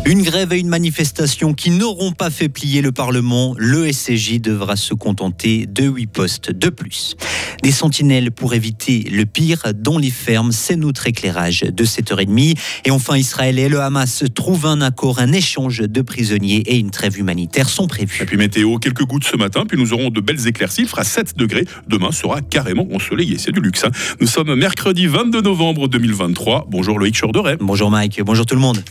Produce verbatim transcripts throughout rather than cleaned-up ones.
Une grève et une manifestation qui n'auront pas fait plier le Parlement. Le S C J devra se contenter de huit postes de plus. Des sentinelles pour éviter le pire dans les fermes, c'est notre éclairage de sept heures trente. Et enfin, Israël et le Hamas trouvent un accord, un échange de prisonniers et une trêve humanitaire sont prévus. Et puis météo, quelques gouttes ce matin, puis nous aurons de belles éclaircies. Il fera sept degrés. Demain sera carrément ensoleillé. C'est du luxe. Hein. Nous sommes mercredi vingt-deux novembre deux mille vingt-trois. Bonjour Loïc Chorderet. Bonjour Mike, bonjour tout le monde.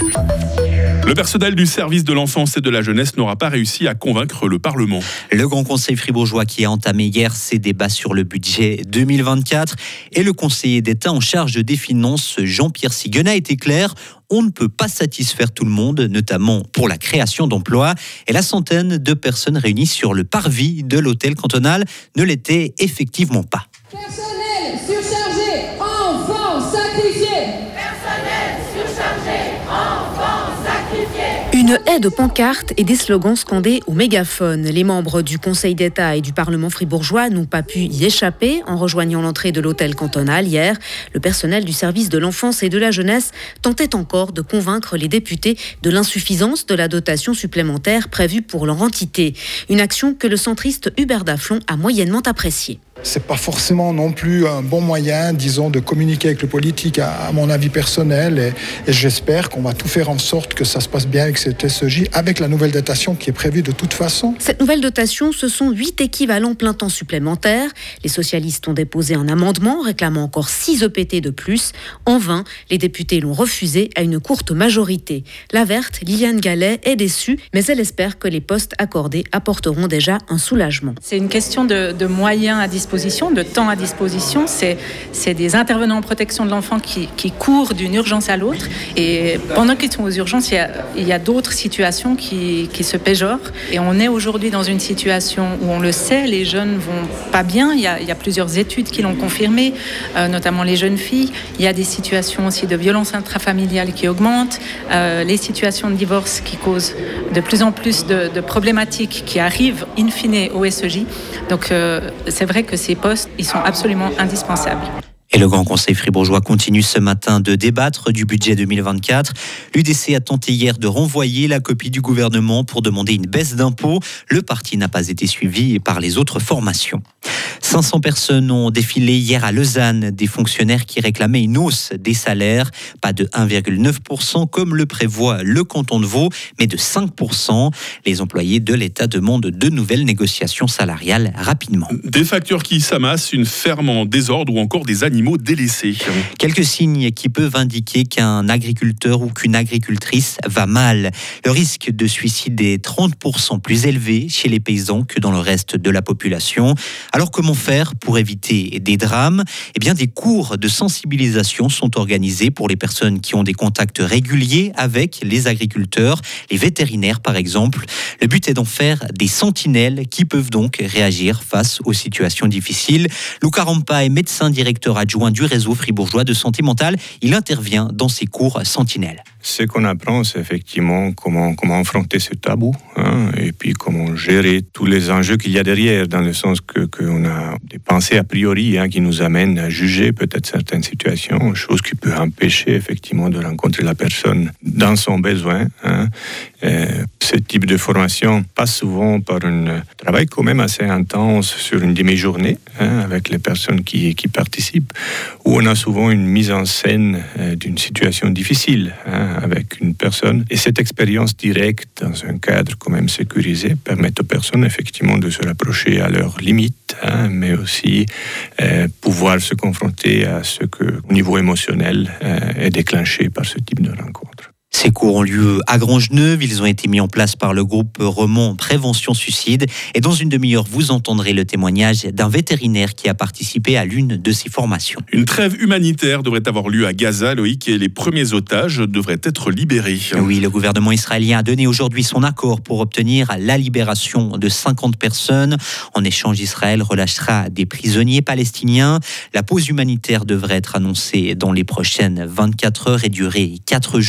Le personnel du service de l'enfance et de la jeunesse n'aura pas réussi à convaincre le Parlement. Le Grand Conseil fribourgeois qui a entamé hier ses débats sur le budget deux mille vingt-quatre et le conseiller d'État en charge des finances, Jean-Pierre Siguen, a été clair. On ne peut pas satisfaire tout le monde, notamment pour la création d'emplois. Et la centaine de personnes réunies sur le parvis de l'hôtel cantonal ne l'étaient effectivement pas. Personnel surchargé, enfants sacrifiés. Personnel surchargé, enfants sacrifiés. Une haie de pancartes et des slogans scandés au mégaphone. Les membres du Conseil d'État et du Parlement fribourgeois n'ont pas pu y échapper en rejoignant l'entrée de l'hôtel cantonal hier. Le personnel du service de l'enfance et de la jeunesse tentait encore de convaincre les députés de l'insuffisance de la dotation supplémentaire prévue pour leur entité. Une action que le centriste Hubert Daflon a moyennement appréciée. C'est pas forcément non plus un bon moyen, disons, de communiquer avec le politique, à, à mon avis personnel. Et, et j'espère qu'on va tout faire en sorte que ça se passe bien avec cette S E J, avec la nouvelle dotation qui est prévue de toute façon. Cette nouvelle dotation, ce sont huit équivalents plein temps supplémentaires. Les socialistes ont déposé un amendement réclamant encore six E P T de plus. En vain, les députés l'ont refusé à une courte majorité. La verte, Liliane Gallet, est déçue, mais elle espère que les postes accordés apporteront déjà un soulagement. C'est une question de, de moyens à disposition. de temps à disposition, c'est, c'est des intervenants en protection de l'enfant qui, qui courent d'une urgence à l'autre et pendant qu'ils sont aux urgences, il y a, il y a d'autres situations qui, qui se péjorent et on est aujourd'hui dans une situation où on le sait, les jeunes vont pas bien, il y a, il y a plusieurs études qui l'ont confirmé, euh, notamment les jeunes filles, il y a des situations aussi de violence intrafamiliale qui augmentent, euh, les situations de divorce qui causent de plus en plus de, de problématiques qui arrivent in fine au S E J, donc euh, c'est vrai que ces postes, ils sont absolument indispensables. Et le Grand Conseil fribourgeois continue ce matin de débattre du budget deux mille vingt-quatre. L'U D C a tenté hier de renvoyer la copie du gouvernement pour demander une baisse d'impôts. Le parti n'a pas été suivi par les autres formations. cinq cents personnes ont défilé hier à Lausanne, des fonctionnaires qui réclamaient une hausse des salaires, pas de un virgule neuf pour cent comme le prévoit le canton de Vaud, mais de cinq pour cent. Les employés de l'État demandent de nouvelles négociations salariales rapidement. Des factures qui s'amassent, une ferme en désordre ou encore des animaux délaissés. Quelques signes qui peuvent indiquer qu'un agriculteur ou qu'une agricultrice va mal. Le risque de suicide est trente pour cent plus élevé chez les paysans que dans le reste de la population. Alors comment faire pour éviter des drames ? Eh bien, des cours de sensibilisation sont organisés pour les personnes qui ont des contacts réguliers avec les agriculteurs, les vétérinaires par exemple. Le but est d'en faire des sentinelles qui peuvent donc réagir face aux situations difficiles. Luca Rampa est médecin directeur adjoint du réseau fribourgeois de santé mentale. Il intervient dans ces cours sentinelles. Ce qu'on apprend, c'est effectivement comment, comment affronter ce tabou, hein, et puis comment gérer tous les enjeux qu'il y a derrière, dans le sens que qu'on a des pensées a priori hein, qui nous amènent à juger peut-être certaines situations, chose qui peut empêcher effectivement de rencontrer la personne dans son besoin. Hein. Euh, ce type de formation passe souvent par un travail quand même assez intense sur une demi-journée hein, avec les personnes qui, qui participent, où on a souvent une mise en scène euh, d'une situation difficile hein, avec une personne. Et cette expérience directe dans un cadre quand même sécurisé permet aux personnes effectivement de se rapprocher à leurs limites, hein, mais aussi euh, pouvoir se confronter à ce que, au niveau émotionnel, euh, est déclenché par ce type de rencontre. Ces cours ont lieu à Grangeneuve. Ils ont été mis en place par le groupe Remont Prévention Suicide. Et dans une demi-heure, vous entendrez le témoignage d'un vétérinaire qui a participé à l'une de ces formations. Une trêve humanitaire devrait avoir lieu à Gaza, Loïc, et les premiers otages devraient être libérés. Oui, le gouvernement israélien a donné aujourd'hui son accord pour obtenir la libération de cinquante personnes. En échange, Israël relâchera des prisonniers palestiniens. La pause humanitaire devrait être annoncée dans les prochaines vingt-quatre heures et durer quatre jours.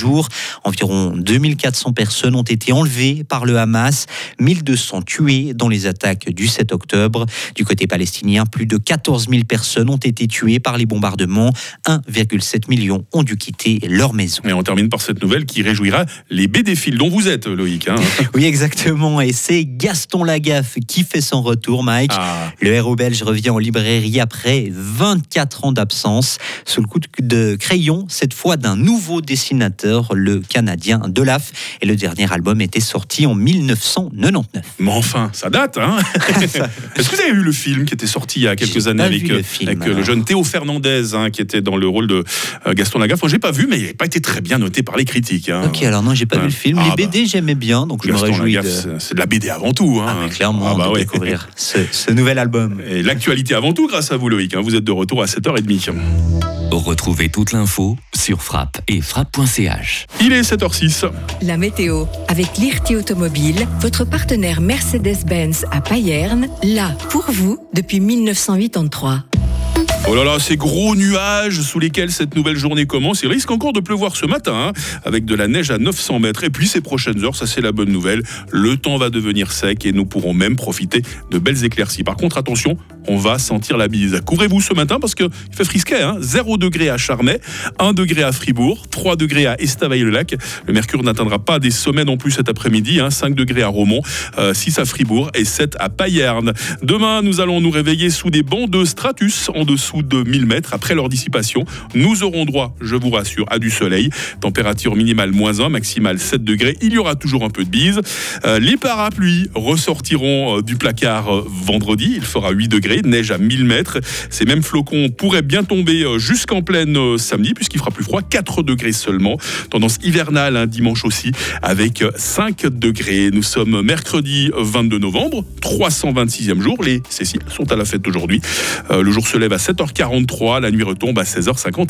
Environ deux mille quatre cents personnes ont été enlevées par le Hamas, mille deux cents tuées dans les attaques du sept octobre. Du côté palestinien, plus de quatorze mille personnes ont été tuées par les bombardements. un virgule sept million ont dû quitter leur maison. Et on termine par cette nouvelle qui réjouira les bédéphiles dont vous êtes, Loïc. Hein. Oui, exactement. Et c'est Gaston Lagaffe qui fait son retour, Mike. Ah. Le héros belge revient en librairie après vingt-quatre ans d'absence. Sous le coup de crayon, cette fois d'un nouveau dessinateur, le Canadien Delaf. Et le dernier album était sorti en dix-neuf cent quatre-vingt-dix-neuf. Mais enfin, ça date, hein. Est-ce que vous avez vu le film qui était sorti il y a quelques j'ai années avec, le, film, avec le jeune Théo Fernandez, hein, qui était dans le rôle de Gaston Lagaffe? Moi, j'ai pas vu, mais il n'a pas été très bien noté par les critiques. Hein. Ok, alors non, j'ai pas ouais. vu le film. Ah, les B D, bah, j'aimais bien, donc je Gaston me réjouis. Lagaffe, de... c'est de la B D avant tout. Hein. Ah, mais clairement, ah, bah, de ouais. découvrir ce, ce nouvel album. Et l'actualité avant tout, grâce à vous, Loïc. Hein. Vous êtes de retour à sept heures trente. Retrouvez toute l'info sur frappe et frappe point c h. Il est sept heures six. La météo avec Lirti Automobile, votre partenaire Mercedes-Benz à Payerne, là pour vous depuis dix-neuf cent quatre-vingt-treize. Oh là là, ces gros nuages sous lesquels cette nouvelle journée commence. Il risque encore de pleuvoir ce matin, hein, avec de la neige à neuf cents mètres. Et puis ces prochaines heures, ça c'est la bonne nouvelle, le temps va devenir sec et nous pourrons même profiter de belles éclaircies. Par contre, attention, on va sentir la bise. Couvrez-vous ce matin parce qu'il fait frisquet. Hein, zéro degré à Charmey, un degré à Fribourg, trois degrés à Estavayer-le-Lac. Le mercure n'atteindra pas des sommets non plus cet après-midi. Hein, cinq degrés à Romont, euh, six à Fribourg et sept à Payerne. Demain, nous allons nous réveiller sous des bancs de stratus en dessous de mille mètres. Après leur dissipation, nous aurons droit, je vous rassure, à du soleil. Température minimale moins un, maximale sept degrés. Il y aura toujours un peu de bise. Euh, les parapluies ressortiront euh, du placard euh, vendredi. Il fera huit degrés, neige à mille mètres. Ces mêmes flocons pourraient bien tomber euh, jusqu'en pleine euh, samedi, puisqu'il fera plus froid, quatre degrés seulement. Tendance hivernale, hein, dimanche aussi, avec euh, cinq degrés. Nous sommes mercredi vingt-deux novembre, trois cent vingt-sixième jour. Les Céciles sont à la fête aujourd'hui. Euh, le jour se lève à sept heures quarante-trois, la nuit retombe à seize heures cinquante.